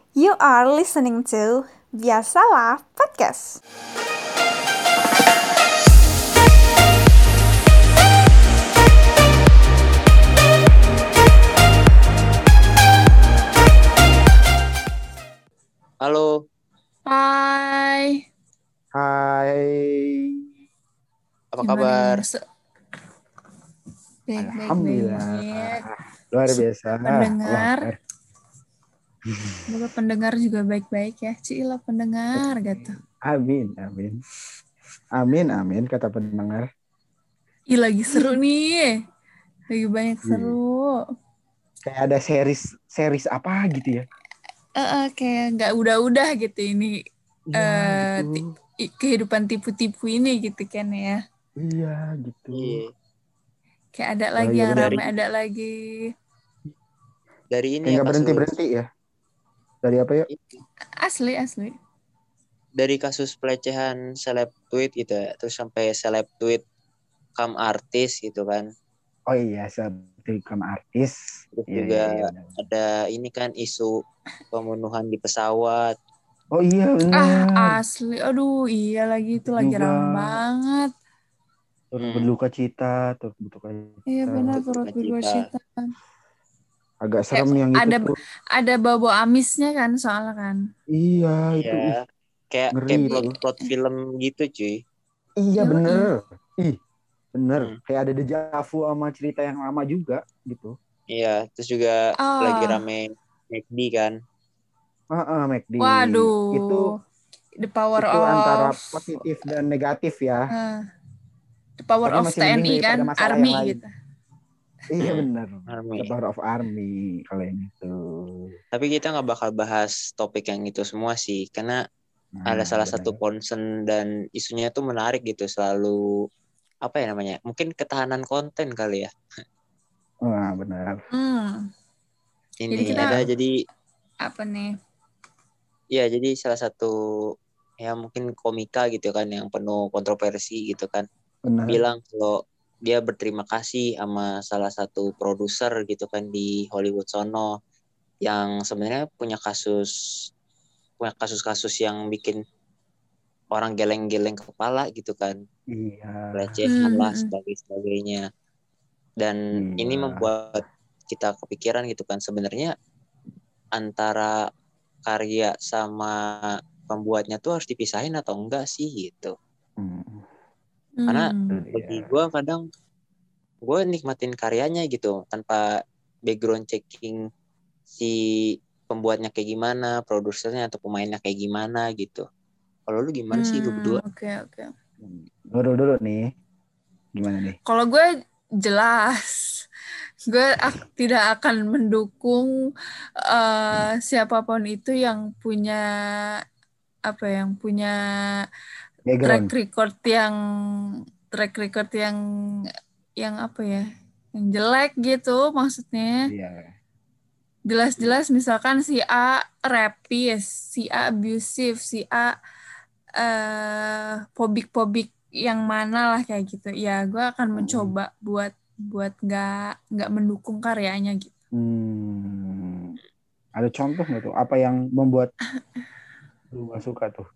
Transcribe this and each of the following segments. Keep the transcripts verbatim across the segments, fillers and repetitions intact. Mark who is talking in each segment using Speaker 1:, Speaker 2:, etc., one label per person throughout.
Speaker 1: You are listening to Biasalah Podcast.
Speaker 2: Halo,
Speaker 3: Hai,
Speaker 4: Hai,
Speaker 2: apa
Speaker 3: gimana
Speaker 2: kabar?
Speaker 3: nih? Se- Baik, baik,
Speaker 4: Alhamdulillah,
Speaker 3: baik.
Speaker 4: luar
Speaker 3: Semoga
Speaker 4: biasa.
Speaker 3: pendengar,
Speaker 4: Allah Akbar.
Speaker 3: semoga pendengar juga baik-baik ya. Cila pendengar gitu.
Speaker 4: Amin, amin, amin, amin, kata pendengar.
Speaker 3: Ih, lagi seru nih. Lagi banyak
Speaker 4: Iya.
Speaker 3: seru.
Speaker 4: Kayak ada series, series apa gitu ya?
Speaker 3: Eh, eh, kayak nggak udah-udah gitu ini.
Speaker 4: Iya,
Speaker 3: eh
Speaker 4: gitu.
Speaker 3: ti- i- kehidupan tipu-tipu ini gitu kan ya.
Speaker 4: Iya, gitu.
Speaker 2: Iya,
Speaker 3: Kayak ada
Speaker 4: Wah,
Speaker 3: lagi
Speaker 4: iya
Speaker 3: yang
Speaker 4: benar.
Speaker 3: rame, ada lagi.
Speaker 2: dari ini
Speaker 4: Kayak
Speaker 2: ya
Speaker 4: nggak berhenti
Speaker 2: kasus
Speaker 4: berhenti ya? Dari apa ya?
Speaker 3: Asli, asli.
Speaker 2: dari kasus pelecehan seleb tweet gitu ya, terus sampai seleb tweet kam artis gitu kan.
Speaker 4: Oh iya, seperti kamu artis.
Speaker 2: Terus
Speaker 4: Iya,
Speaker 2: juga
Speaker 4: iya, iya. benar.
Speaker 2: ada ini kan isu pembunuhan di pesawat.
Speaker 4: Oh iya,
Speaker 3: Ah,
Speaker 4: benar.
Speaker 3: asli. Aduh, iya lagi itu
Speaker 4: Itu
Speaker 3: lagi
Speaker 4: juga
Speaker 3: rame banget.
Speaker 4: turut
Speaker 2: Hmm,
Speaker 4: berduka cita, turut berduka
Speaker 3: Iya
Speaker 4: cita.
Speaker 3: benar,
Speaker 2: berduka
Speaker 3: turut berduka
Speaker 2: cita.
Speaker 3: cita.
Speaker 4: Agak
Speaker 3: Kayak
Speaker 4: serem yang itu
Speaker 3: ada
Speaker 4: tuh.
Speaker 3: ada bau amisnya kan soalnya kan.
Speaker 4: Iya,
Speaker 2: Iya,
Speaker 4: itu ih,
Speaker 2: kayak
Speaker 4: ngeri
Speaker 2: kayak
Speaker 4: itu.
Speaker 2: plot-plot film gitu cuy.
Speaker 4: Iya
Speaker 3: Yoi.
Speaker 4: bener. Ih, bener.
Speaker 2: Hmm,
Speaker 4: Kayak ada dejavu sama cerita yang lama juga gitu.
Speaker 2: iya, terus juga lagi
Speaker 3: Ah,
Speaker 2: rame McD kan.
Speaker 4: Heeh, McD. Itu
Speaker 3: waduh. The power
Speaker 4: itu antara
Speaker 3: of
Speaker 4: positif dan negatif ya.
Speaker 3: eh, the power
Speaker 4: Tapi
Speaker 3: of
Speaker 4: masih mending
Speaker 3: T N I kan,
Speaker 4: daripada masalah yang
Speaker 3: army
Speaker 4: lain.
Speaker 3: gitu.
Speaker 4: Iya
Speaker 2: Hmm,
Speaker 4: bener.
Speaker 2: rame.
Speaker 4: The Power of Army kalau yang itu.
Speaker 2: Tapi kita nggak bakal bahas topik yang itu semua sih, karena ada
Speaker 4: Nah,
Speaker 2: salah satu
Speaker 4: bener.
Speaker 2: concern dan isunya tuh menarik gitu, selalu apa ya namanya? Mungkin ketahanan konten kali ya.
Speaker 4: Wah, bener.
Speaker 3: Hmm. Jadi
Speaker 2: Ini
Speaker 3: kita
Speaker 2: ada
Speaker 4: Iya,
Speaker 2: jadi
Speaker 3: apa nih?
Speaker 2: ya jadi salah satu ya mungkin komika gitu kan yang penuh kontroversi gitu kan
Speaker 4: bener.
Speaker 2: bilang kalau dia berterima kasih sama salah satu produser gitu kan di Hollywood sono yang sebenarnya punya kasus punya kasus-kasus yang bikin orang geleng-geleng kepala gitu kan,
Speaker 4: Iya,
Speaker 2: pelecehan
Speaker 3: Hmm,
Speaker 2: lah
Speaker 3: hmm,
Speaker 2: sebagai sebagainya, dan ini
Speaker 4: iya.
Speaker 2: membuat kita kepikiran gitu kan sebenarnya antara karya sama pembuatnya tuh harus dipisahin atau enggak sih gitu,
Speaker 4: Hmm,
Speaker 2: karena
Speaker 3: hmm.
Speaker 4: itu
Speaker 2: bagi
Speaker 4: dia.
Speaker 2: gue kadang gue nikmatin karyanya gitu tanpa background checking si pembuatnya kayak gimana, produsernya atau pemainnya kayak gimana gitu. Kalau lu gimana sih lu
Speaker 3: Hmm,
Speaker 2: berdua?
Speaker 3: oke, oke.
Speaker 4: Dulu dulu nih, gimana nih?
Speaker 3: Kalau gue jelas, gue ak- tidak akan mendukung eh, siapapun itu yang punya apa yang punya track
Speaker 4: Background.
Speaker 3: record yang track record yang yang apa ya, yang jelek gitu maksudnya.
Speaker 4: Iya.
Speaker 3: Jelas-jelas misalkan si A rapist, si A abusive, si A eh pobik-pobik yang mana lah kayak gitu. Ya, gue akan
Speaker 4: Hmm.
Speaker 3: mencoba buat buat nggak nggak mendukung karyanya gitu.
Speaker 4: Hmm. Ada contoh nggak tuh? Apa yang membuat lu gak suka tuh?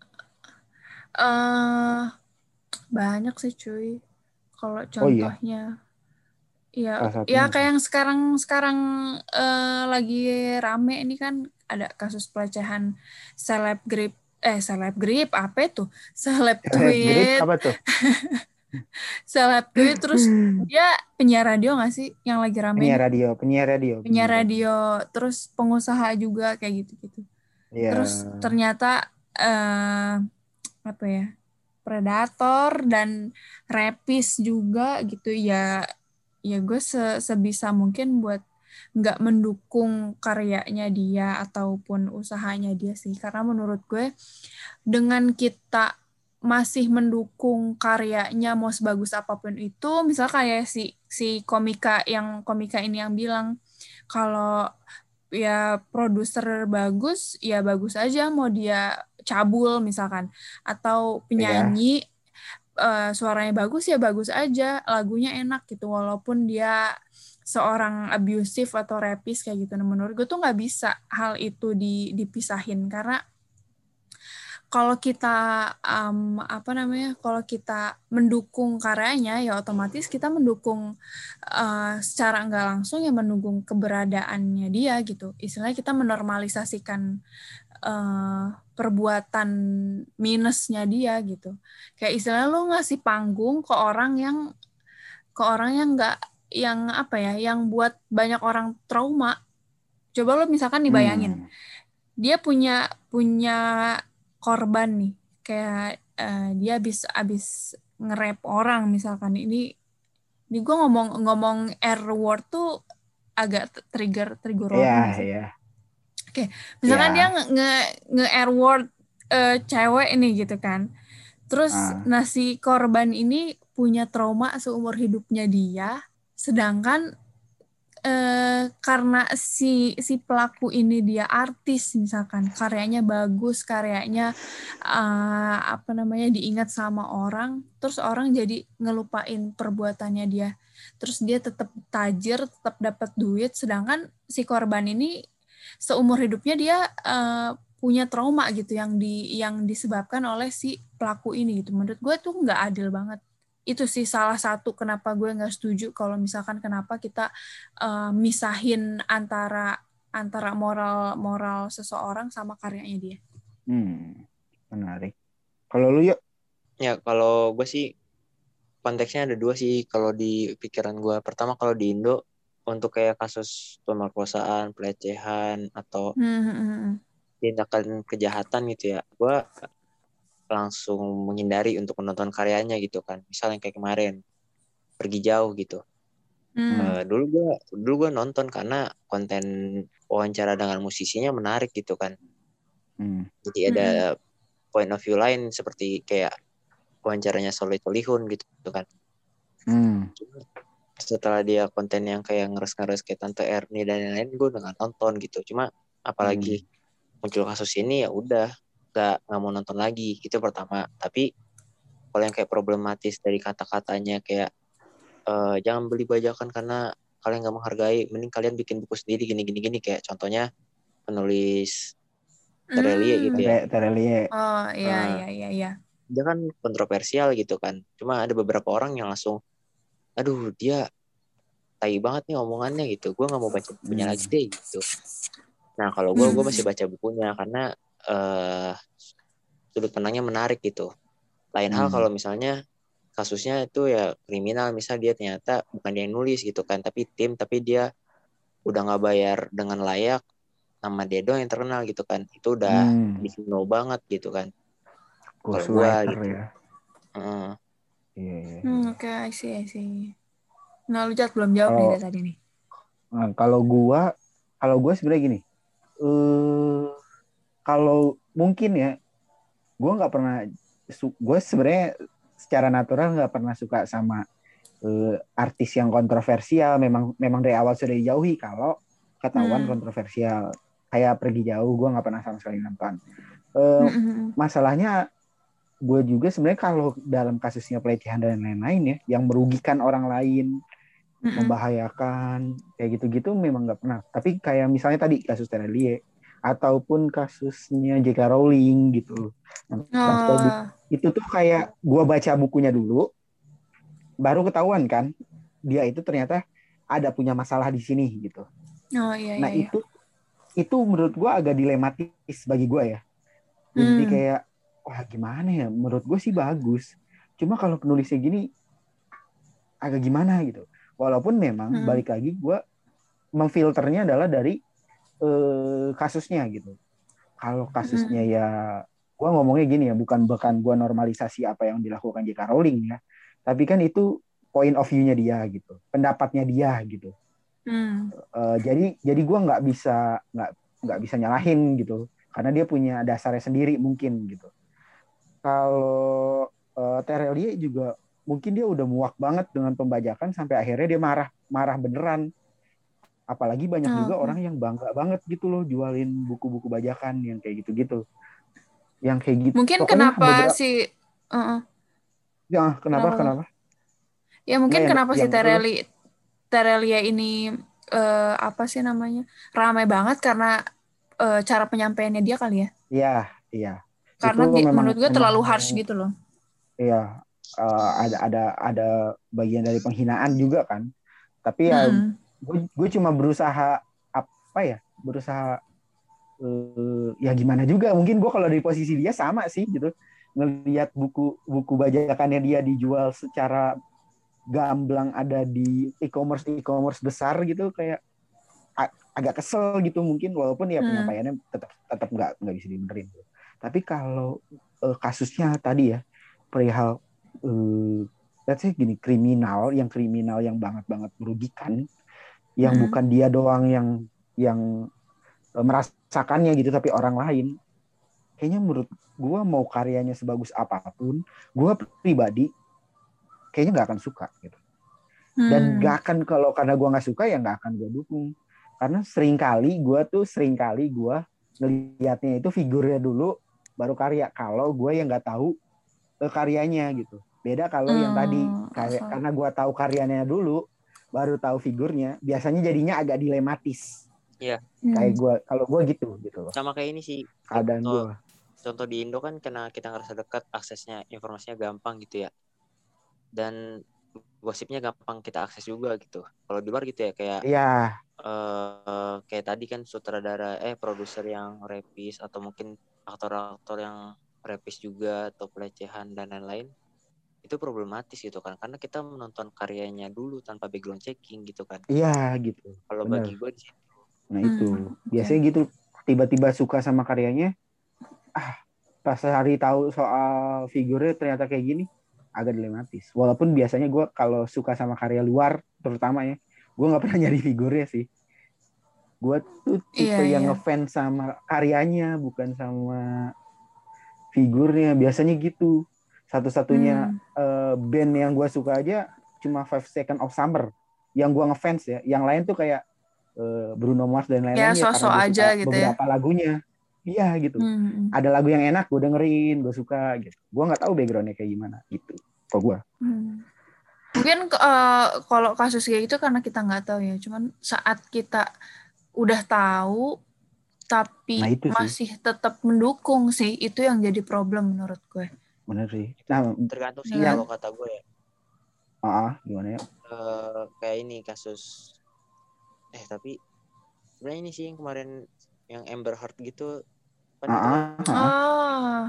Speaker 3: eh banyak sih cuy. Kalau
Speaker 4: Oh iya,
Speaker 3: contohnya, ya
Speaker 4: salah satunya
Speaker 3: ya
Speaker 4: apa?
Speaker 3: kayak yang sekarang sekarang eh, lagi rame ini kan ada kasus pelecehan selebgrip eh selebgrip apa itu seleb
Speaker 4: Grip
Speaker 3: tweet
Speaker 4: apa tuh?
Speaker 3: seleb tweet terus dia penyiar radio nggak sih yang lagi rame
Speaker 4: Penyiar
Speaker 3: nih,
Speaker 4: radio, penyiar radio,
Speaker 3: penyiar
Speaker 4: penyiar radio.
Speaker 3: radio terus pengusaha juga kayak gitu-gitu,
Speaker 4: Iya.
Speaker 3: terus ternyata eh, apa ya, predator dan rapis juga gitu ya. Ya gue se- sebisa mungkin buat nggak mendukung karyanya dia ataupun usahanya dia sih, karena menurut gue dengan kita masih mendukung karyanya mau sebagus apapun itu, misal kayak si si komika yang komika ini yang bilang kalau ya produser bagus ya bagus aja mau dia cabul misalkan, atau
Speaker 4: Iya.
Speaker 3: penyanyi eh, suaranya bagus ya bagus aja lagunya enak gitu walaupun dia seorang abusive atau rapist kayak gitu. Nah, menurut gue tuh nggak bisa hal itu di, dipisahin karena kalau kita um, apa namanya kalau kita mendukung karyanya ya otomatis kita mendukung uh, secara nggak langsung ya mendukung keberadaannya dia gitu. Istilahnya kita menormalisasikan uh, perbuatan minusnya dia gitu. Kayak istilahnya lu ngasih panggung ke orang yang ke orang yang nggak yang apa ya yang buat banyak orang trauma. Coba lu misalkan dibayangin
Speaker 4: Hmm.
Speaker 3: dia punya punya korban nih kayak uh, dia habis habis nge-rap orang misalkan ini ini gue ngomong ngomong R word tuh agak trigger trigger
Speaker 4: Iya,
Speaker 3: orang gak sih?
Speaker 4: iya.
Speaker 3: Oke, misalkan
Speaker 4: Iya.
Speaker 3: dia nge nge R word uh, cewek ini gitu kan, terus
Speaker 4: Ah.
Speaker 3: nah si korban ini punya trauma seumur hidupnya dia, sedangkan Eh, karena si si pelaku ini dia artis misalkan karyanya bagus karyanya uh, apa namanya diingat sama orang terus orang jadi ngelupain perbuatannya dia terus dia tetap tajir tetap dapat duit sedangkan si korban ini seumur hidupnya dia uh, punya trauma gitu yang di yang disebabkan oleh si pelaku ini gitu menurut gue tuh nggak adil banget. Itu sih salah satu kenapa gue nggak setuju kalau misalkan kenapa kita uh, misahin antara antara moral moral seseorang sama karyanya dia.
Speaker 4: Hmm, menarik. Kalau lu yuk?
Speaker 2: Ya kalau gue sih konteksnya ada dua sih kalau di pikiran gue. Pertama kalau di Indo untuk kayak kasus pemerkosaan, pelecehan atau
Speaker 3: Hmm.
Speaker 2: tindakan kejahatan gitu ya, gue langsung menghindari untuk menonton karyanya gitu kan. Misalnya kayak kemarin Pergi Jauh gitu.
Speaker 3: Hmm.
Speaker 2: Uh, dulu gue dulu gue nonton karena konten wawancara dengan musisinya menarik gitu kan.
Speaker 4: Hmm.
Speaker 2: Jadi ada
Speaker 3: Hmm.
Speaker 2: point of view lain seperti kayak wawancaranya Soleh Solihun gitu kan.
Speaker 4: Hmm.
Speaker 2: Setelah dia konten yang kayak ngeres-ngeres kayak Tante Erni dan lain-lain, gue udah gak nonton gitu. Cuma apalagi hmm. muncul kasus ini ya udah gak nggak mau nonton lagi gitu pertama. Tapi kalau yang kayak problematis dari kata-katanya kayak uh, jangan beli bajakan karena kalian nggak menghargai, mending kalian bikin buku sendiri gini-gini gini kayak contohnya penulis Terelie
Speaker 3: Hmm.
Speaker 2: gitu ya.
Speaker 4: Terelie.
Speaker 3: Oh iya
Speaker 2: uh,
Speaker 3: iya iya iya.
Speaker 2: Dia kan kontroversial gitu kan. Cuma ada beberapa orang yang langsung, aduh dia tai banget nih omongannya gitu. Gue nggak mau baca bukunya
Speaker 4: Hmm.
Speaker 2: lagi deh gitu. Nah kalau gue
Speaker 3: Hmm.
Speaker 2: gue masih baca bukunya karena uh, sudut pandangnya menarik gitu. Lain
Speaker 4: Hmm.
Speaker 2: hal kalau misalnya kasusnya itu ya kriminal, misal dia ternyata bukan dia yang nulis gitu kan, tapi tim, tapi dia udah nggak bayar dengan layak, nama dia doang yang terkenal gitu kan, itu udah
Speaker 4: Hmm.
Speaker 2: di-know banget gitu kan. Kalau gue gitu.
Speaker 4: Ya.
Speaker 2: Uh.
Speaker 4: Iya, iya, iya.
Speaker 3: Hmm, oke, okay, I see, I see. Nah, lu Jat belum jawab
Speaker 4: Kalau,
Speaker 3: nih dari tadi nih.
Speaker 4: Nah, kalau gue, kalau gue sebenarnya gini, uh, kalau mungkin ya, gue nggak pernah, gue sebenarnya secara natural nggak pernah suka sama uh, artis yang kontroversial. Memang, memang dari awal sudah dijauhi kalau ketahuan hmm. kontroversial. Kayak Pergi Jauh, gue nggak pernah sama sekali nonton. Uh, hmm. Masalahnya gue juga sebenarnya kalau dalam kasusnya pelecehan dan lain-lain ya, yang merugikan orang lain, mm-hmm. membahayakan kayak gitu-gitu memang nggak pernah. Tapi kayak misalnya tadi kasus Terelie ataupun kasusnya J K Rowling gitu, oh. itu tuh kayak gue baca bukunya dulu, baru ketahuan kan dia itu ternyata ada punya masalah di sini gitu.
Speaker 3: Oh, iya,
Speaker 4: nah
Speaker 3: iya,
Speaker 4: itu iya. itu menurut gue agak dilematis bagi gue ya. Jadi hmm. kayak wah gimana ya? Menurut gue sih bagus. Cuma kalau penulisnya gini agak gimana gitu. Walaupun memang hmm. balik lagi gue memfilternya adalah dari eh, kasusnya gitu. Kalau kasusnya hmm. ya gue ngomongnya gini ya, bukan bukan gue normalisasi apa yang dilakukan J K Rowling ya. Tapi kan itu point of view-nya dia gitu, pendapatnya dia gitu. Hmm. Uh, jadi jadi gue nggak bisa nggak nggak bisa nyalahin gitu, karena dia punya dasarnya sendiri mungkin gitu. Kalau uh, Terelie juga mungkin dia udah muak banget dengan pembajakan sampai akhirnya dia marah marah beneran. Apalagi banyak oh. juga orang yang bangga banget gitu loh jualin buku-buku bajakan yang kayak gitu-gitu. Yang kayak gitu.
Speaker 3: Mungkin
Speaker 4: pokoknya
Speaker 3: kenapa
Speaker 4: beberapa...
Speaker 3: si uh-uh.
Speaker 4: ya kenapa kenapa?
Speaker 3: Ya mungkin
Speaker 4: Nggak,
Speaker 3: kenapa
Speaker 4: yang,
Speaker 3: si Terelie Terelia ini uh, apa sih namanya ramai banget karena uh, cara penyampaiannya dia kali ya.
Speaker 4: Iya, iya.
Speaker 3: Karena
Speaker 4: Itu
Speaker 3: gi-
Speaker 4: memang
Speaker 3: menurut gue
Speaker 4: memang
Speaker 3: terlalu harsh gitu loh.
Speaker 4: iya, uh, ada ada ada bagian dari penghinaan juga kan. Tapi ya
Speaker 3: Mm-mm.
Speaker 4: gue gue cuma berusaha apa ya? Berusaha uh, ya gimana juga. Mungkin gue kalau di posisi dia sama sih gitu. Ngelihat buku buku bajakannya dia dijual secara gamblang ada di e-commerce e-commerce besar gitu kayak a- agak kesel gitu mungkin walaupun ya
Speaker 3: Hmm.
Speaker 4: penyampaiannya tetap tetap nggak nggak bisa dibenerin. Tapi kalau uh, kasusnya tadi ya perihal uh, let's say gini kriminal yang kriminal yang banget banget merugikan yang
Speaker 3: Hmm.
Speaker 4: bukan dia doang yang yang uh, merasakannya gitu tapi orang lain kayaknya menurut gue mau karyanya sebagus apapun gue pribadi kayaknya nggak akan suka gitu dan
Speaker 3: Hmm.
Speaker 4: nggak akan kalau karena gue nggak suka ya nggak akan gue dukung karena sering kali gue tuh sering kali gue ngelihatnya itu figurnya dulu baru karya kalau gue yang nggak tahu eh, karyanya gitu beda kalau yang tadi
Speaker 3: Hmm.
Speaker 4: kayak
Speaker 3: Apa?
Speaker 4: karena gue tahu karyanya dulu baru tahu figurnya biasanya jadinya agak dilematis
Speaker 2: Iya.
Speaker 4: kayak
Speaker 3: Hmm.
Speaker 4: gue kalau gue gitu gitu loh
Speaker 2: Sama kayak ini sih.
Speaker 4: keadaan
Speaker 2: Contoh,
Speaker 4: gue
Speaker 2: contoh di Indo kan karena kita ngerasa dekat, aksesnya informasinya gampang gitu ya. Dan gosipnya gampang kita akses juga gitu. Kalau di luar gitu ya kayak
Speaker 4: iya
Speaker 2: eh kayak tadi kan sutradara eh produser yang rapis atau mungkin aktor-aktor yang rapis juga atau pelecehan dan lain-lain itu problematis gitu kan karena kita menonton karyanya dulu tanpa background checking gitu kan.
Speaker 4: iya gitu
Speaker 2: Kalau
Speaker 4: bener
Speaker 2: bagi gue di situ.
Speaker 4: nah itu
Speaker 3: Hmm.
Speaker 4: biasanya gitu tiba-tiba suka sama karyanya ah pas hari tahu soal figurnya ternyata kayak gini agak dilematis walaupun biasanya gue kalau suka sama karya luar terutama ya gue nggak pernah nyari figurnya sih gue tuh
Speaker 3: Iya,
Speaker 4: tipe yang
Speaker 3: iya.
Speaker 4: ngefans sama karyanya bukan sama figurnya biasanya gitu satu-satunya
Speaker 3: Hmm.
Speaker 4: uh, band yang gue suka aja cuma Five Seconds of Summer yang gue ngefans ya yang lain tuh kayak uh, Bruno Mars dan
Speaker 3: Ya,
Speaker 4: lain-lain ya karena
Speaker 3: sosok
Speaker 4: gue
Speaker 3: aja
Speaker 4: suka
Speaker 3: gitu ya.
Speaker 4: beberapa lagunya iya gitu
Speaker 3: Hmm.
Speaker 4: ada lagu yang enak gue dengerin gue suka gitu gue nggak tahu backgroundnya kayak gimana gitu kok gue
Speaker 3: Hmm. Mungkin uh, kalau kasus kayak gitu karena kita nggak tahu ya. Cuman saat kita udah tahu tapi
Speaker 4: nah itu sih
Speaker 3: masih tetap mendukung sih itu yang jadi problem menurut gue.
Speaker 4: bener sih nah
Speaker 2: Tergantung sih
Speaker 3: Iya.
Speaker 2: kalau kata gue ya.
Speaker 4: ah gimana ya
Speaker 2: Eh, kayak ini kasus eh tapi sebenarnya ini sih yang kemarin yang Amber Heard gitu kan itu kan
Speaker 4: ah ah, ah.
Speaker 3: Ah.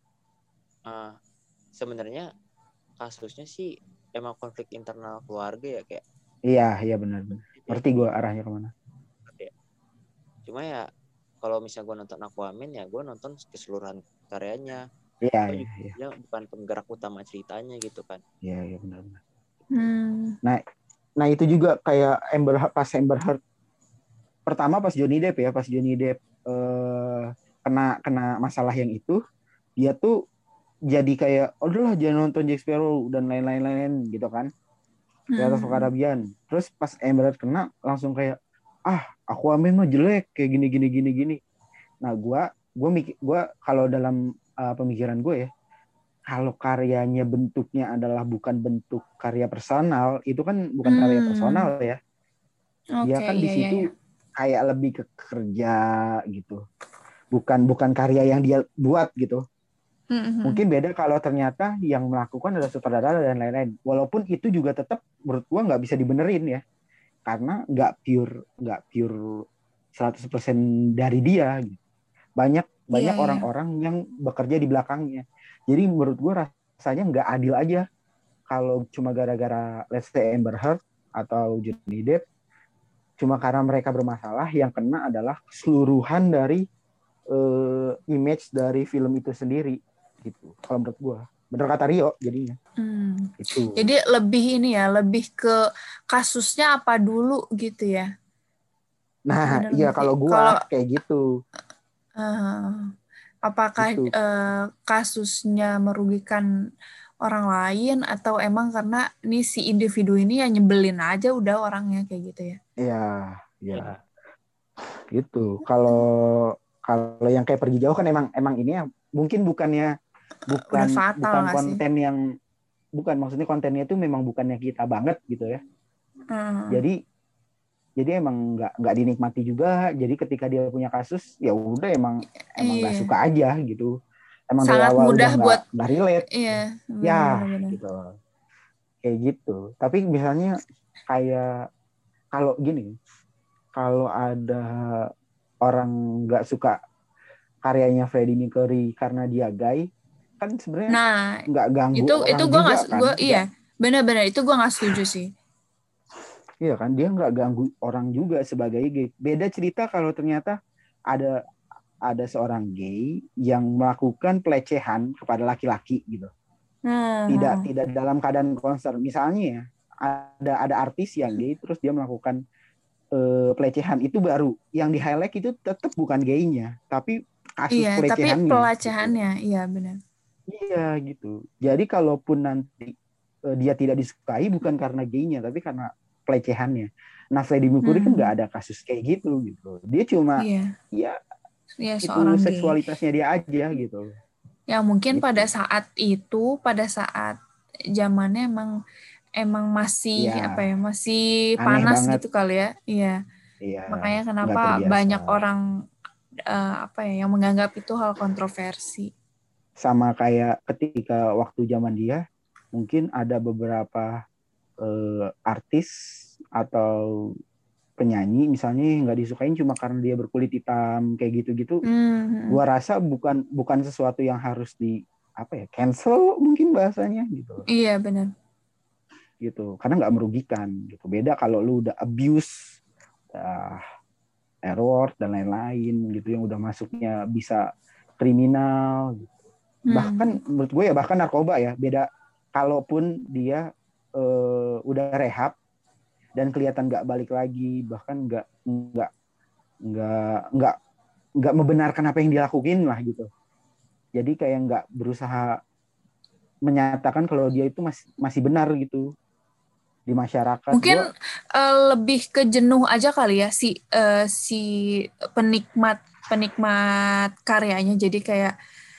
Speaker 2: uh, sebenarnya kasusnya sih emang konflik internal keluarga ya kayak
Speaker 4: iya iya benar benar ngerti gue arahnya kemana
Speaker 2: ya. Cuma ya kalau misalnya gue nonton Aquaman ya gue nonton keseluruhan karyanya
Speaker 4: iya
Speaker 2: gue
Speaker 4: iya
Speaker 2: juga
Speaker 4: iya
Speaker 2: dia bukan penggerak utama ceritanya gitu kan.
Speaker 4: iya iya benar benar
Speaker 3: Hmm.
Speaker 4: nah nah itu juga kayak Amber Heard- pas Amber Heard pertama pas Johnny Depp ya pas Johnny Depp eh, kena kena masalah yang itu dia tuh jadi kayak oh udahlah jangan nonton Jack Sparrow dan lain-lain lain gitu kan Pirates of
Speaker 3: Hmm.
Speaker 4: Caribbean terus pas Amber Heard kena langsung kayak ah Aquaman mah jelek kayak gini gini gini gini nah gue gue mikir gue kalau dalam uh, pemikiran gue ya kalau karyanya bentuknya adalah bukan bentuk karya personal itu kan bukan karya
Speaker 3: Hmm.
Speaker 4: personal ya dia
Speaker 3: Oke,
Speaker 4: kan di
Speaker 3: iya, iya,
Speaker 4: situ
Speaker 3: iya.
Speaker 4: kayak lebih ke kerja gitu bukan bukan karya yang dia buat gitu
Speaker 3: Hmm.
Speaker 4: mungkin beda kalau ternyata yang melakukan adalah sutradara dan lain-lain walaupun itu juga tetap menurut gua nggak bisa dibenerin ya karena nggak pure nggak pure seratus persen dari dia gitu. banyak
Speaker 3: Iya,
Speaker 4: banyak
Speaker 3: iya.
Speaker 4: orang-orang yang bekerja di belakangnya jadi menurut gua rasanya nggak adil aja kalau cuma gara-gara let's say Amber Heard atau Johnny Depp cuma karena mereka bermasalah yang kena adalah keseluruhan dari uh, image dari film itu sendiri gitu kalau menurut gue bener kata Rio jadinya
Speaker 3: Hmm.
Speaker 4: itu
Speaker 3: Jadi lebih ini ya, lebih ke kasusnya apa dulu gitu ya.
Speaker 4: nah
Speaker 3: Bener
Speaker 4: iya
Speaker 3: nggak sih?
Speaker 4: kalau gue
Speaker 3: Kalau
Speaker 4: kayak gitu
Speaker 3: uh, apakah
Speaker 4: gitu
Speaker 3: uh, kasusnya merugikan orang lain atau emang karena nih si individu ini ya nyebelin aja udah orangnya kayak gitu ya.
Speaker 4: iya iya gitu kalau kalau yang kayak pergi jauh kan emang emang ini ya mungkin bukannya
Speaker 3: Udah
Speaker 4: bukan
Speaker 3: fatal
Speaker 4: bukan
Speaker 3: nggak sih?
Speaker 4: konten yang bukan maksudnya kontennya itu memang bukannya kita banget gitu ya
Speaker 3: Hmm.
Speaker 4: Jadi jadi emang nggak nggak dinikmati juga. Jadi ketika dia punya kasus, ya udah emang emang nggak
Speaker 3: Iya.
Speaker 4: suka aja gitu. Emang dari
Speaker 3: Sangat
Speaker 4: awal udah
Speaker 3: mudah
Speaker 4: nggak
Speaker 3: buat
Speaker 4: nggak relate.
Speaker 3: iya,
Speaker 4: Ya
Speaker 3: benar-benar.
Speaker 4: gitu, kayak gitu. Tapi misalnya kayak kalau gini, kalau ada orang nggak suka karyanya Freddie Mercury karena dia gay, kan sebenarnya
Speaker 3: Nah,
Speaker 4: nggak ganggu
Speaker 3: itu itu
Speaker 4: orang
Speaker 3: gue
Speaker 4: juga
Speaker 3: nggak
Speaker 4: kan?
Speaker 3: gue
Speaker 4: Nggak-
Speaker 3: iya, benar-benar itu gue nggak setuju sih.
Speaker 4: Iya kan, dia nggak ganggu orang juga sebagai gay. Beda cerita kalau ternyata ada ada seorang gay yang melakukan pelecehan kepada laki-laki gitu.
Speaker 3: Hmm.
Speaker 4: Tidak tidak dalam keadaan konser. Misalnya ya, ada ada artis yang gay terus dia melakukan uh, pelecehan, itu baru. Yang di highlight itu tetap bukan gaynya, tapi kasus
Speaker 3: Iya, tapi
Speaker 4: pelecehannya.
Speaker 3: pelecehannya,
Speaker 4: Gitu.
Speaker 3: iya benar.
Speaker 4: Iya gitu. Jadi kalaupun nanti uh, dia tidak disukai bukan karena gaynya, tapi karena pelecehannya. Nah, Freddie Mercury
Speaker 3: Hmm.
Speaker 4: kan nggak ada kasus kayak gitu gitu. Dia cuma
Speaker 3: Iya.
Speaker 4: ya
Speaker 3: Ya,
Speaker 4: itu
Speaker 3: seorang gay.
Speaker 4: seksualitasnya dia aja gitu.
Speaker 3: Ya mungkin
Speaker 4: gitu.
Speaker 3: pada saat itu, pada saat zamannya emang emang masih
Speaker 4: ya,
Speaker 3: apa ya, masih
Speaker 4: aneh
Speaker 3: panas
Speaker 4: banget.
Speaker 3: gitu kali ya. Iya.
Speaker 4: Iya,
Speaker 3: Makanya
Speaker 4: nggak
Speaker 3: kenapa
Speaker 4: terbiasa.
Speaker 3: banyak orang uh, apa ya yang menganggap itu hal kontroversi.
Speaker 4: Sama kayak ketika waktu zaman dia, mungkin ada beberapa uh, artis atau penyanyi misalnya yang nggak disukain cuma karena dia berkulit hitam kayak gitu-gitu.
Speaker 3: Hmm.
Speaker 4: Gua rasa bukan bukan sesuatu yang harus di apa ya, cancel mungkin bahasanya gitu.
Speaker 3: Iya benar.
Speaker 4: Gitu, karena nggak merugikan gitu. Beda kalau lu udah abuse, uh, error dan lain-lain gitu yang udah masuknya bisa kriminal gitu.
Speaker 3: Hmm.
Speaker 4: Bahkan menurut gue ya bahkan narkoba ya beda. Kalaupun dia uh, udah rehab dan kelihatan nggak balik lagi, bahkan nggak nggak nggak nggak nggak membenarkan apa yang dilakuin lah gitu. Jadi kayak nggak berusaha menyatakan kalau dia itu masih masih benar gitu di masyarakat.
Speaker 3: Mungkin
Speaker 4: Gua,
Speaker 3: uh, lebih ke jenuh aja kali ya si uh, si penikmat penikmat karyanya. Jadi kayak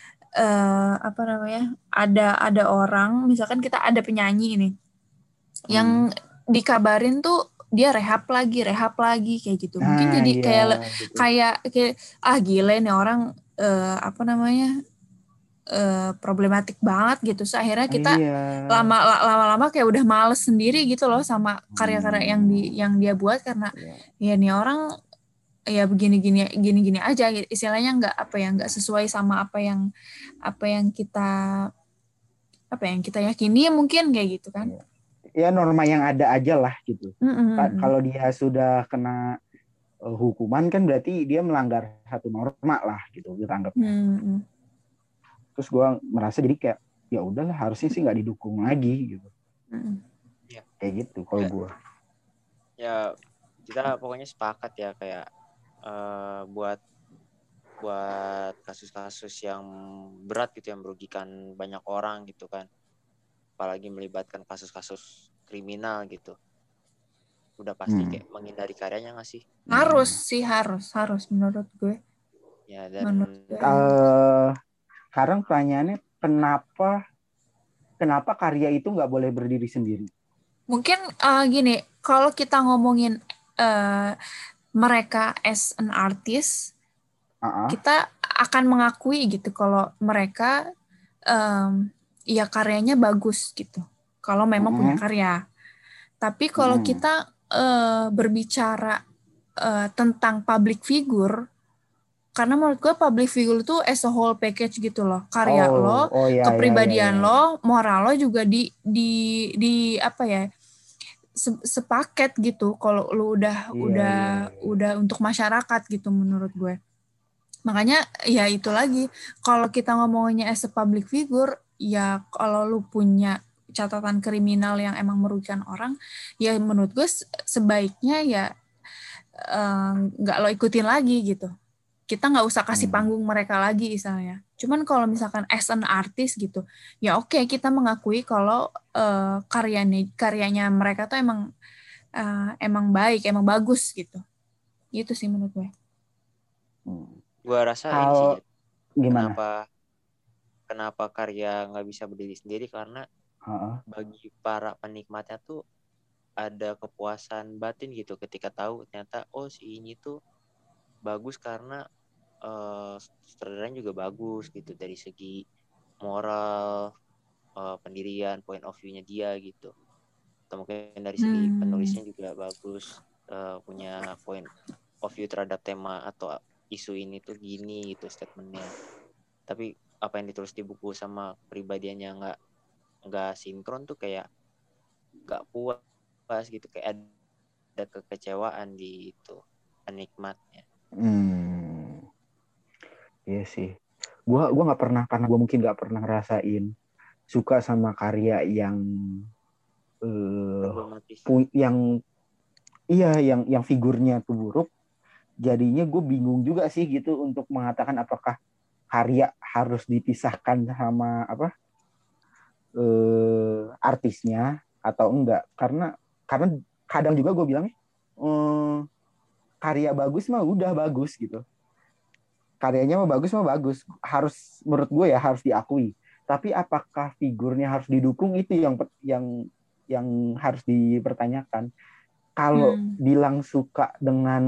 Speaker 3: uh, apa namanya? Ada ada orang, misalkan kita ada penyanyi ini
Speaker 4: hmm.
Speaker 3: yang dikabarin tuh dia rehab lagi, rehab lagi kayak gitu. Mungkin
Speaker 4: nah,
Speaker 3: jadi
Speaker 4: iya,
Speaker 3: kayak
Speaker 4: gitu.
Speaker 3: kayak kayak ah gila nih orang uh, apa namanya? Uh, problematik banget gitu. So, akhirnya kita
Speaker 4: iya.
Speaker 3: lama lama-lama kayak udah males sendiri gitu loh sama karya-karya yang di yang dia buat karena iya. Ya nih orang ya begini-gini gini-gini aja istilahnya nggak apa ya nggak sesuai sama apa yang apa yang kita apa yang kita yakini mungkin kayak gitu kan.
Speaker 4: Ya norma yang ada aja lah gitu.
Speaker 3: Mm-mm.
Speaker 4: Kalau dia sudah kena uh, hukuman kan berarti dia melanggar satu norma lah gitu kita anggapnya.
Speaker 3: Mm-mm.
Speaker 4: Terus gue merasa jadi kayak ya udahlah harusnya sih nggak didukung lagi gitu.
Speaker 3: Mm-mm.
Speaker 4: Kayak gitu kalau
Speaker 2: ya,
Speaker 4: gue.
Speaker 2: Ya kita pokoknya sepakat ya kayak uh, buat buat kasus-kasus yang berat gitu yang merugikan banyak orang gitu kan, apalagi melibatkan kasus-kasus kriminal gitu, udah pasti
Speaker 4: Hmm.
Speaker 2: kayak menghindari karyanya nggak sih?
Speaker 3: Harus sih harus harus menurut gue.
Speaker 2: Ya dan
Speaker 3: Menurut gue.
Speaker 4: Uh, sekarang pertanyaannya kenapa kenapa karya itu nggak boleh berdiri sendiri?
Speaker 3: Mungkin uh, gini, kalau kita ngomongin uh, mereka as an artist, uh-huh. kita akan mengakui gitu kalau mereka um, ya karyanya bagus gitu. Kalau memang uh-huh. punya karya. Tapi kalau uh-huh. kita uh, berbicara uh, tentang public figure, karena menurut gue public figure itu as a whole package gitu loh. Karya
Speaker 4: oh,
Speaker 3: lo,
Speaker 4: oh, iya,
Speaker 3: kepribadian
Speaker 4: iya, iya, iya.
Speaker 3: lo, moral lo juga di di di apa ya? sepaket gitu kalau lu udah yeah, udah yeah, yeah. udah untuk masyarakat gitu menurut gue. Makanya ya itu lagi kalau kita ngomongnya as a public figure ya kalau lu punya catatan kriminal yang emang merugikan orang ya menurut gue sebaiknya ya nggak uh, lo ikutin lagi gitu. Kita nggak usah kasih hmm. panggung mereka lagi misalnya. Cuman kalau misalkan as an artist gitu, ya oke okay, kita mengakui kalau uh, karyanya karyanya mereka tuh emang uh, emang baik, emang bagus gitu. Gitu sih menurut gue.
Speaker 2: Hmm. Gue rasa
Speaker 4: Hal,
Speaker 2: ini sih
Speaker 4: gimana?
Speaker 2: Kenapa kenapa karya nggak bisa berdiri sendiri karena uh-uh. bagi para penikmatnya tuh ada kepuasan batin gitu ketika tahu ternyata oh si ini tuh bagus karena uh, sutradaranya juga bagus gitu dari segi moral, uh, pendirian, point of view-nya dia gitu. Atau mungkin dari segi
Speaker 3: Hmm.
Speaker 2: penulisnya juga bagus, uh, punya point of view terhadap tema atau isu ini tuh gini gitu statementnya. Tapi apa yang ditulis di buku sama pribadiannya nggak nggak sinkron tuh kayak nggak puas gitu, kayak ada kekecewaan di itu penikmatnya.
Speaker 4: Hmm. Iya sih. Gua gua nggak pernah, karena gua mungkin nggak pernah ngerasain suka sama karya yang uh,
Speaker 2: Problematis.
Speaker 4: pu- yang iya yang yang figurnya tuh buruk. Jadinya gue bingung juga sih gitu untuk mengatakan apakah karya harus dipisahkan sama apa uh, artisnya atau enggak, karena karena kadang juga gue bilangnya um, karya bagus mah udah bagus gitu. Karyanya mah bagus mah bagus, harus menurut gue ya harus diakui. Tapi apakah figurnya harus didukung, itu yang yang yang harus dipertanyakan. Kalau
Speaker 3: Hmm.
Speaker 4: bilang suka dengan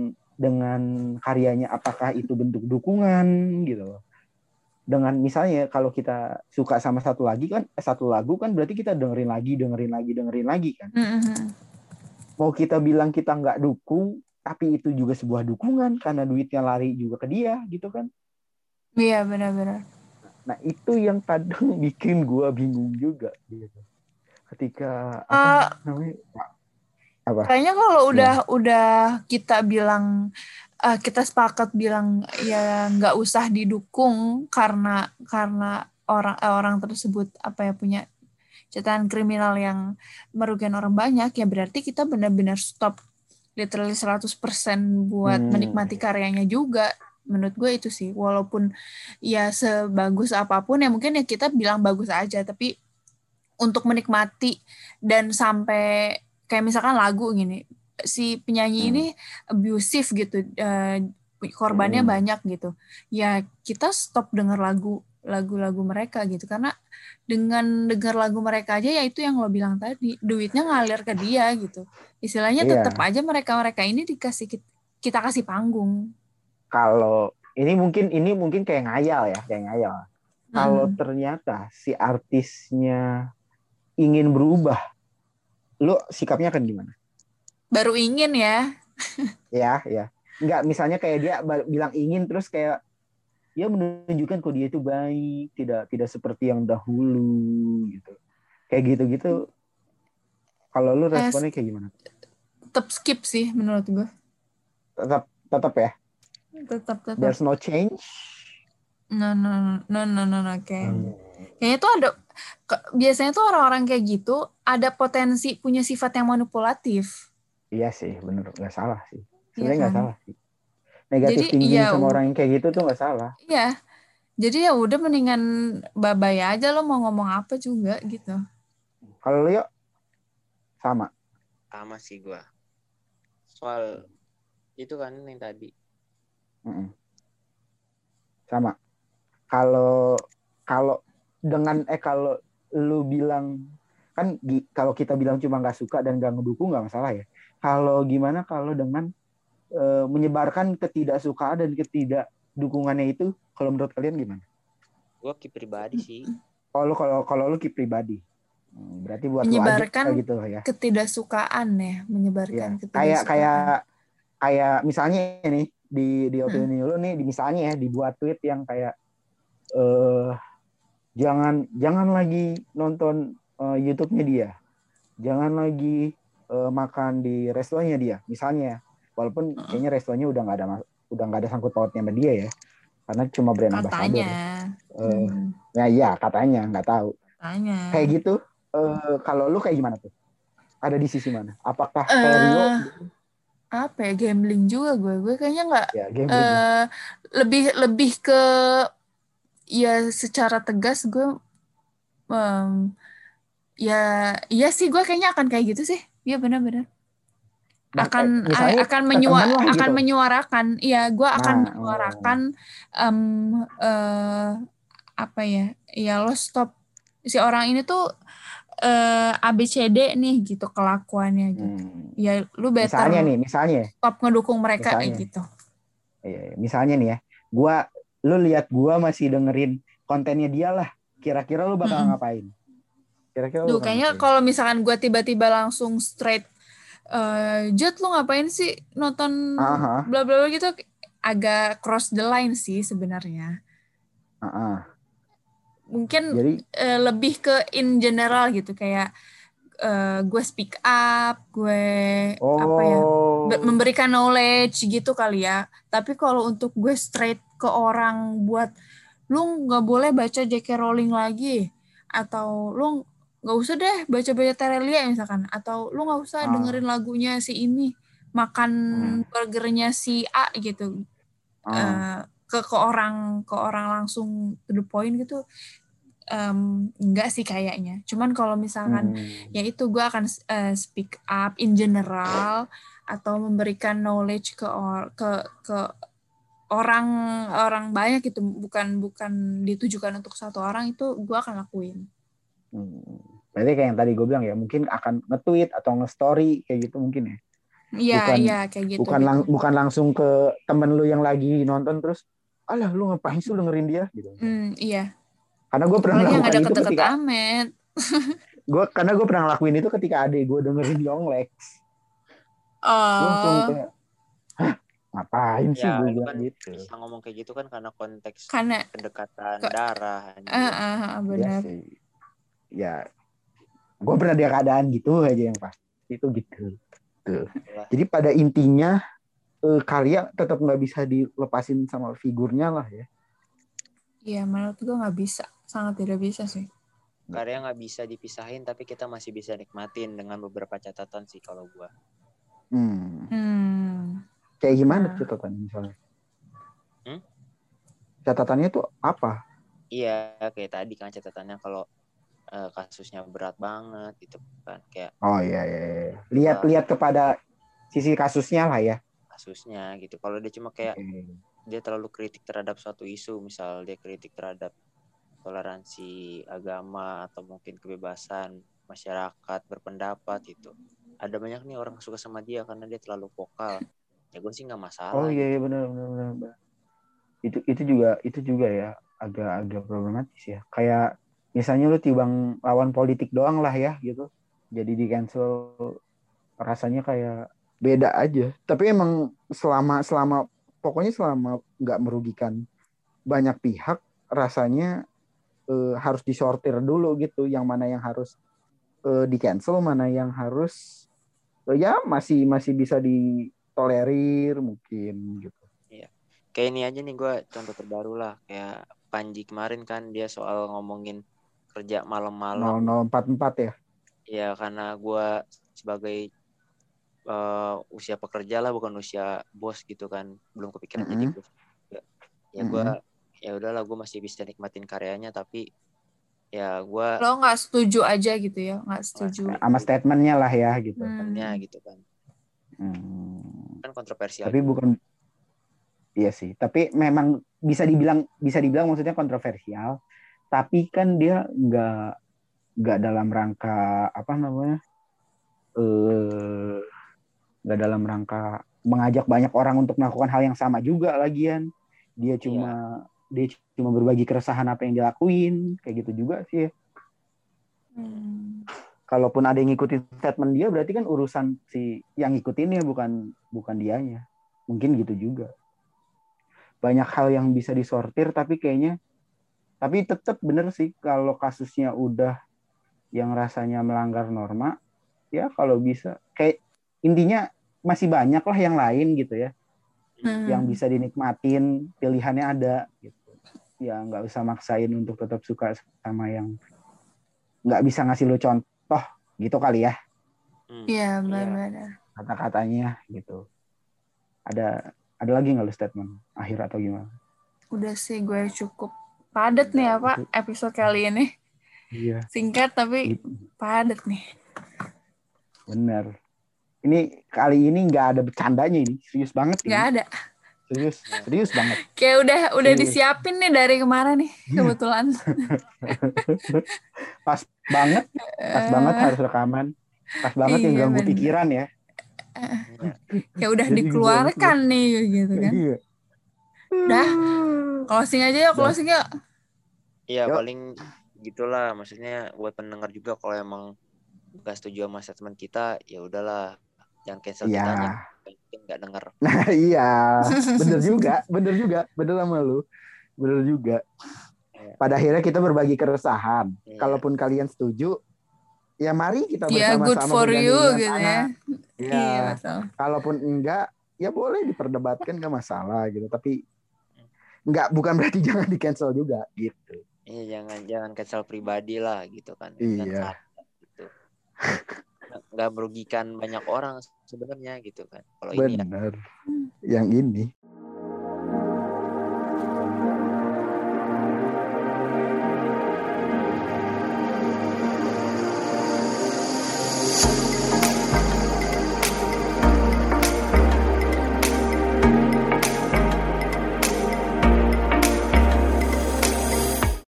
Speaker 4: dengan karyanya, apakah itu bentuk dukungan gitu loh. Dengan misalnya kalau kita suka sama satu lagi kan satu lagu kan berarti kita dengerin lagi dengerin lagi dengerin lagi kan.
Speaker 3: Hmm.
Speaker 4: Mau kita bilang kita nggak dukung, tapi itu juga sebuah dukungan karena duitnya lari juga ke dia gitu kan.
Speaker 3: Iya, benar-benar.
Speaker 4: Nah itu yang kadang bikin gue bingung juga gitu. Ketika apa
Speaker 3: Uh,
Speaker 4: namanya apa?
Speaker 3: Kayaknya kalau udah
Speaker 4: Gimana?
Speaker 3: udah kita bilang uh, kita sepakat bilang ya nggak usah didukung karena karena orang eh, orang tersebut apa ya punya catatan kriminal yang merugikan orang banyak, ya berarti kita benar-benar stop literally seratus persen buat
Speaker 4: Hmm.
Speaker 3: menikmati karyanya juga. Menurut gue itu sih, walaupun ya sebagus apapun ya mungkin ya kita bilang bagus aja, tapi untuk menikmati dan sampai kayak misalkan lagu gini, si penyanyi
Speaker 4: Hmm.
Speaker 3: ini abusive gitu, uh, korbannya
Speaker 4: Hmm.
Speaker 3: banyak gitu, ya kita stop denger lagu lagu-lagu mereka gitu, karena dengan denger lagu mereka aja ya itu yang lo bilang tadi, duitnya ngalir ke dia gitu, istilahnya
Speaker 4: Iya.
Speaker 3: tetap aja mereka-mereka ini dikasih kita kasih panggung.
Speaker 4: Kalau ini mungkin ini mungkin kayak ngayal ya, kayak ngayal. Hmm. Kalau ternyata si artisnya ingin berubah, lo sikapnya akan gimana?
Speaker 3: Baru ingin ya.
Speaker 4: Ya, ya. Enggak, misalnya kayak dia bilang ingin terus kayak ya menunjukkan kok dia itu baik, tidak tidak seperti yang dahulu gitu. Kayak gitu-gitu. Kalau lu responnya kayak gimana?
Speaker 3: Tetap skip sih menurut gue.
Speaker 4: Tetap tetap ya?
Speaker 3: Tetap tetap.
Speaker 4: There's no change.
Speaker 3: No no no no no no kayak. Hmm. Kayaknya tuh ada biasanya tuh orang-orang kayak gitu ada potensi punya sifat yang manipulatif.
Speaker 4: Iya sih, bener, nggak salah sih. Sebenarnya
Speaker 3: iya kan?
Speaker 4: nggak salah sih. Negatif
Speaker 3: Jadi,
Speaker 4: thinking
Speaker 3: ya,
Speaker 4: sama orang yang kayak gitu tuh nggak salah.
Speaker 3: Iya. Jadi ya udah mendingan bye-bye aja, lo mau ngomong apa juga gitu.
Speaker 4: Kalau lo yuk sama.
Speaker 2: Sama sih gue. Soal itu kan yang tadi.
Speaker 4: Mm-mm. Sama. Kalau kalau dengan eh kalau lu bilang kan kalau kita bilang cuma nggak suka dan nggak ngedukung nggak masalah ya. Kalau gimana kalau dengan e, menyebarkan ketidaksukaan dan ketidakdukungannya itu, kalau menurut kalian gimana?
Speaker 2: Gue ki pribadi sih.
Speaker 4: Kalau kalau kalau lu ki pribadi, hmm, berarti buat
Speaker 3: menyebarkan
Speaker 4: lu aja gitu ya.
Speaker 3: Ketidaksukaan ya, menyebarkan
Speaker 4: ya.
Speaker 3: ketidaksukaan.
Speaker 4: Kayak kayak kayak misalnya nih di di opini hmm. lu nih, di misalnya ya dibuat tweet yang kayak eh jangan jangan lagi nonton uh, YouTube-nya dia, jangan lagi uh, makan di restonya dia, misalnya, walaupun kayaknya restonya udah nggak ada udah nggak ada sangkut pautnya sama dia ya, karena cuma brand ambassador. Uh, hmm. Ya iya katanya, nggak tahu.
Speaker 3: Katanya.
Speaker 4: Kayak gitu. Uh, kalau lu kayak gimana tuh? Ada di sisi mana? Apakah
Speaker 3: uh,
Speaker 4: kayak Rio?
Speaker 3: Apa ya, gambling juga gue. Gue kayaknya nggak.
Speaker 4: Ya, gambling. Uh,
Speaker 3: ya. Lebih lebih ke ya secara tegas gue um, ya iya sih gue kayaknya akan kayak gitu sih. Iya benar-benar. Akan eh, akan menyuarakan gitu. akan menyuarakan. Iya, gue akan nah, menyuarakan oh. um, uh, apa ya? Ya lo stop si orang ini tuh uh, A B C D nih gitu kelakuannya gitu.
Speaker 4: Hmm.
Speaker 3: Ya lu better
Speaker 4: Misalnya nih, misalnya,
Speaker 3: stop ngedukung mereka
Speaker 4: misalnya,
Speaker 3: kayak gitu.
Speaker 4: Iya, iya. Misalnya nih ya, gua, lu lihat gua masih dengerin kontennya dia lah. Kira-kira lu bakal
Speaker 3: Mm-mm.
Speaker 4: ngapain? Kira-kira lu
Speaker 3: Duh,
Speaker 4: bakal
Speaker 3: kayaknya
Speaker 4: ngapain?
Speaker 3: kalau misalkan gue tiba-tiba langsung straight, uh, Jod lu ngapain sih nonton
Speaker 4: Aha.
Speaker 3: bla bla bla gitu, agak cross the line sih sebenarnya.
Speaker 4: Aha.
Speaker 3: Mungkin
Speaker 4: Jadi,
Speaker 3: uh, lebih ke in general gitu, kayak uh, gue speak up, gue apa ya, be-
Speaker 4: oh,
Speaker 3: memberikan knowledge gitu kali ya. Tapi kalau untuk gue straight ke orang buat lu nggak boleh baca J K Rowling lagi, atau lu nggak usah deh baca-baca Terelia misalkan, atau lu nggak usah
Speaker 4: ah,
Speaker 3: dengerin lagunya si ini, makan
Speaker 4: hmm,
Speaker 3: burgernya si A gitu.
Speaker 4: ah,
Speaker 3: Uh, ke ke orang ke orang langsung to the point gitu. Um, enggak sih kayaknya. Cuman kalau misalkan
Speaker 4: hmm.
Speaker 3: ya itu gue akan uh, speak up in general, atau memberikan knowledge ke or, ke ke orang orang banyak itu, bukan bukan ditujukan untuk satu orang, itu gue akan lakuin.
Speaker 4: Hmm. Berarti kayak yang tadi gue bilang ya, mungkin akan nge-tweet atau nge-story kayak gitu mungkin ya.
Speaker 3: Iya
Speaker 4: Bukan
Speaker 3: iya kayak gitu
Speaker 4: bukan
Speaker 3: gitu.
Speaker 4: lang, bukan langsung ke temen lu yang lagi nonton terus, alah lu ngapain sih lu dengerin dia gitu.
Speaker 3: Hmm, iya.
Speaker 4: Karena gue pernah
Speaker 3: Apalagi yang
Speaker 4: melakukan
Speaker 3: ada
Speaker 4: itu
Speaker 3: deket-deket
Speaker 4: ketika
Speaker 3: amet.
Speaker 4: gue karena gue pernah ngelakuin itu ketika adek gue dengerin Yonglex. Gue langsung
Speaker 3: Oh,
Speaker 4: kayak, hah ngapain sih
Speaker 2: Ya,
Speaker 4: gue
Speaker 2: lu
Speaker 4: bilang
Speaker 2: kan
Speaker 4: gitu.
Speaker 2: bisa ngomong kayak gitu kan karena konteks
Speaker 3: karena
Speaker 2: kedekatan
Speaker 3: kok
Speaker 2: darah,
Speaker 3: ah
Speaker 2: anjir.
Speaker 3: ah, ah,
Speaker 4: Ya
Speaker 3: benar.
Speaker 4: sih. Ya, gue pernah di keadaan gitu aja yang pasti itu gitu. Tuh.
Speaker 2: Itulah.
Speaker 4: Jadi pada intinya eh, karya tetap nggak bisa dilepasin sama figurnya lah ya.
Speaker 3: Iya, menurut gue nggak bisa, sangat tidak bisa sih.
Speaker 2: Karya nggak bisa dipisahin, tapi kita masih bisa nikmatin dengan beberapa catatan sih kalau gua.
Speaker 4: Hmm.
Speaker 3: Hmm.
Speaker 4: Kayak gimana
Speaker 3: Nah.
Speaker 4: catatannya misalnya?
Speaker 2: Hmm?
Speaker 4: Catatannya tuh apa?
Speaker 2: Iya, kayak tadi kan catatannya kalau uh, kasusnya berat banget gitu kan, kayak
Speaker 4: Oh iya iya. iya. Lihat-lihat
Speaker 2: uh,
Speaker 4: kepada sisi kasusnya lah ya.
Speaker 2: kasusnya gitu. Kalau dia cuma kayak
Speaker 4: Okay.
Speaker 2: dia terlalu kritik terhadap suatu isu, misal dia kritik terhadap toleransi agama atau mungkin kebebasan masyarakat berpendapat itu. Ada banyak nih orang suka sama dia karena dia terlalu vokal. Ya gue sih nggak masalah
Speaker 4: Oh iya,
Speaker 2: gitu.
Speaker 4: iya benar benar benar. Itu itu juga itu juga ya agak-agak problematis ya. Kayak misalnya lu tibang lawan politik doang lah ya gitu. Jadi di cancel rasanya kayak beda aja. Tapi emang selama selama pokoknya selama nggak merugikan banyak pihak rasanya eh, harus disortir dulu gitu. Yang mana yang harus eh, di cancel, mana yang harus eh, ya masih masih bisa ditolerir mungkin gitu.
Speaker 2: Iya. Kayak ini aja nih gue contoh terbaru lah, kayak Panji kemarin kan dia soal ngomongin kerja malam-malam.
Speaker 4: nol nol empat empat ya.
Speaker 2: Ya karena gue sebagai uh, usia pekerja lah, bukan usia bos gitu kan, belum kepikiran
Speaker 4: Mm-hmm.
Speaker 2: jadi bos. Ya, ya gue
Speaker 4: Mm-hmm.
Speaker 2: ya udahlah, gue masih bisa nikmatin karyanya, tapi ya gue
Speaker 3: Lo nggak setuju aja gitu ya, nggak setuju.
Speaker 4: Sama statementnya lah ya gitu.
Speaker 2: statementnya
Speaker 3: Hmm.
Speaker 2: gitu kan.
Speaker 4: Hmm.
Speaker 2: Kan kontroversial.
Speaker 4: Tapi
Speaker 2: juga.
Speaker 4: bukan, iya sih. Tapi memang bisa dibilang bisa dibilang maksudnya kontroversial. Tapi kan dia nggak nggak dalam rangka apa namanya eh nggak dalam rangka mengajak banyak orang untuk melakukan hal yang sama juga lagian. Dia cuma iya. dia cuma berbagi keresahan apa yang dilakuin kayak gitu juga sih.
Speaker 3: Hmm.
Speaker 4: Kalaupun ada yang ngikutin statement dia, berarti kan urusan si yang ngikutinnya, bukan bukan dianya. Mungkin gitu juga. Banyak hal yang bisa disortir, tapi kayaknya, tapi tetap bener sih kalau kasusnya udah yang rasanya melanggar norma, ya kalau bisa, kayak intinya masih banyak lah yang lain gitu ya,
Speaker 3: Hmm.
Speaker 4: yang bisa dinikmatin, pilihannya ada gitu. Ya nggak usah maksain untuk tetap suka sama yang nggak bisa ngasih lu contoh. Toh gitu kali ya.
Speaker 3: Iya, hmm, benar-benar.
Speaker 4: Kata-katanya gitu. Ada ada lagi nggak lu statement akhir atau gimana?
Speaker 3: Udah sih gue cukup padat nih apa episode kali ini.
Speaker 4: Iya.
Speaker 3: Singkat tapi gitu. Padat nih.
Speaker 4: Bener. Ini kali ini nggak ada bercandanya ini, serius banget.
Speaker 3: Nggak
Speaker 4: ini.
Speaker 3: ada.
Speaker 4: Serius, serius banget.
Speaker 3: Kayak udah udah
Speaker 4: Serius.
Speaker 3: disiapin nih dari kemarin nih
Speaker 4: Iya.
Speaker 3: kebetulan.
Speaker 4: Pas banget, pas banget harus rekaman. Pas banget yang
Speaker 3: Iya,
Speaker 4: ganggu
Speaker 3: bener.
Speaker 4: pikiran ya.
Speaker 2: Iya.
Speaker 3: Kayak udah
Speaker 4: Jadi
Speaker 3: dikeluarkan nih gitu kan.
Speaker 4: Iya.
Speaker 3: Dah, closing aja yuk,
Speaker 4: Dah.
Speaker 3: closing yuk.
Speaker 2: Iya,
Speaker 4: Yuk.
Speaker 2: paling gitulah, maksudnya buat pendengar juga kalau emang gak setuju sama statement kita, ya udahlah, jangan cancel
Speaker 4: Iya.
Speaker 2: kitanya, mungkin nggak denger.
Speaker 4: Nah iya, bener juga, bener juga, bener sama lu, bener juga.
Speaker 2: Iya.
Speaker 4: Pada akhirnya kita berbagi keresahan.
Speaker 2: Iya.
Speaker 4: Kalaupun kalian setuju, ya mari kita
Speaker 3: Ya, good
Speaker 4: bersama-sama
Speaker 3: for you
Speaker 4: bergandengan
Speaker 3: gitu ya.
Speaker 4: tangan. Ya,
Speaker 3: Iya, betul.
Speaker 4: kalaupun enggak, ya boleh diperdebatkan, nggak masalah gitu. Tapi enggak, bukan berarti jangan di cancel juga gitu.
Speaker 2: Iya, jangan jangan cancel pribadi lah gitu kan.
Speaker 4: Iya.
Speaker 2: Dan salah gitu. Nggak merugikan banyak orang sebenarnya gitu kan. Kalau ini ya.
Speaker 4: Bener, yang ini.